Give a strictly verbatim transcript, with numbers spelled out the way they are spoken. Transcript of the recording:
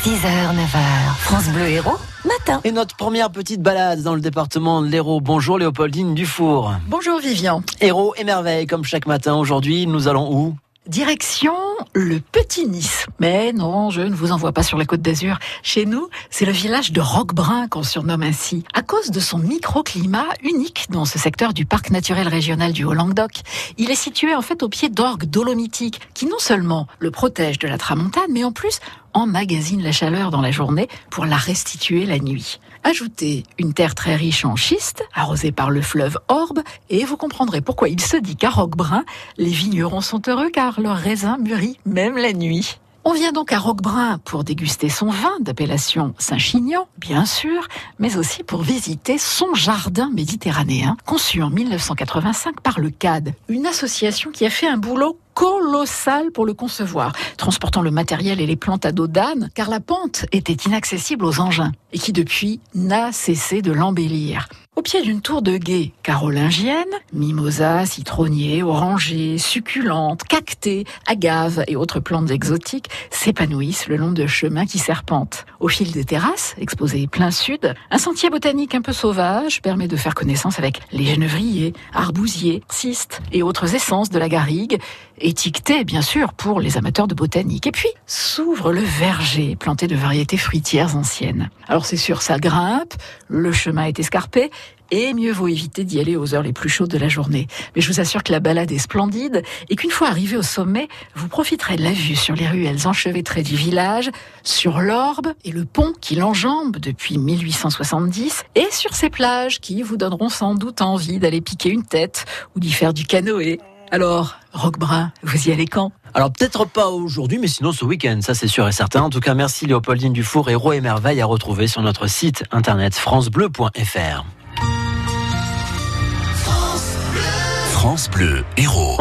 six heures, neuf heures, France Bleu Héros, matin. Et notre première petite balade dans le département de l'Hérault. Bonjour Léopoldine Dufour. Bonjour Vivian. Hérault et merveilles, comme chaque matin. Aujourd'hui, nous allons où ? Direction le Petit Nice. Mais non, je ne vous envoie pas sur la Côte d'Azur. Chez nous, c'est le village de Roquebrun qu'on surnomme ainsi, à cause de son microclimat unique dans ce secteur du parc naturel régional du Haut-Languedoc. Il est situé en fait au pied d'orgues dolomitiques qui non seulement le protègent de la tramontane, mais en plus emmagasine la chaleur dans la journée pour la restituer la nuit. Ajoutez une terre très riche en schiste, arrosée par le fleuve Orbe, et vous comprendrez pourquoi il se dit qu'à Roquebrun, les vignerons sont heureux car leur raisin mûrit même la nuit. On vient donc à Roquebrun pour déguster son vin d'appellation Saint-Chinian, bien sûr, mais aussi pour visiter son jardin méditerranéen, conçu en mille neuf cent quatre-vingt-cinq par le C A D, une association qui a fait un boulot colossal pour le concevoir, transportant le matériel et les plantes à dos d'âne, car la pente était inaccessible aux engins, et qui depuis n'a cessé de l'embellir. Au pied d'une tour de guet carolingienne, mimosas, citronniers, orangers, succulentes, cactées, agaves et autres plantes exotiques s'épanouissent le long de chemins qui serpentent. Au fil des terrasses, exposées plein sud, un sentier botanique un peu sauvage permet de faire connaissance avec les genevriers, arbousiers, cistes et autres essences de la garrigue, étiqueté bien sûr pour les amateurs de botanique. Et puis s'ouvre le verger planté de variétés fruitières anciennes. Alors c'est sûr, ça grimpe, le chemin est escarpé et mieux vaut éviter d'y aller aux heures les plus chaudes de la journée. Mais je vous assure que la balade est splendide et qu'une fois arrivé au sommet, vous profiterez de la vue sur les ruelles enchevêtrées du village, sur l'Orbe et le pont qui l'enjambe depuis mille huit cent soixante-dix et sur ces plages qui vous donneront sans doute envie d'aller piquer une tête ou d'y faire du canoë. Alors, Roquebrun, vous y allez quand ? Alors peut-être pas aujourd'hui, mais sinon ce week-end, ça c'est sûr et certain. En tout cas, merci Léopoldine Dufour, Hérault et merveilles à retrouver sur notre site internet francebleu point f r. France Bleu Hérault.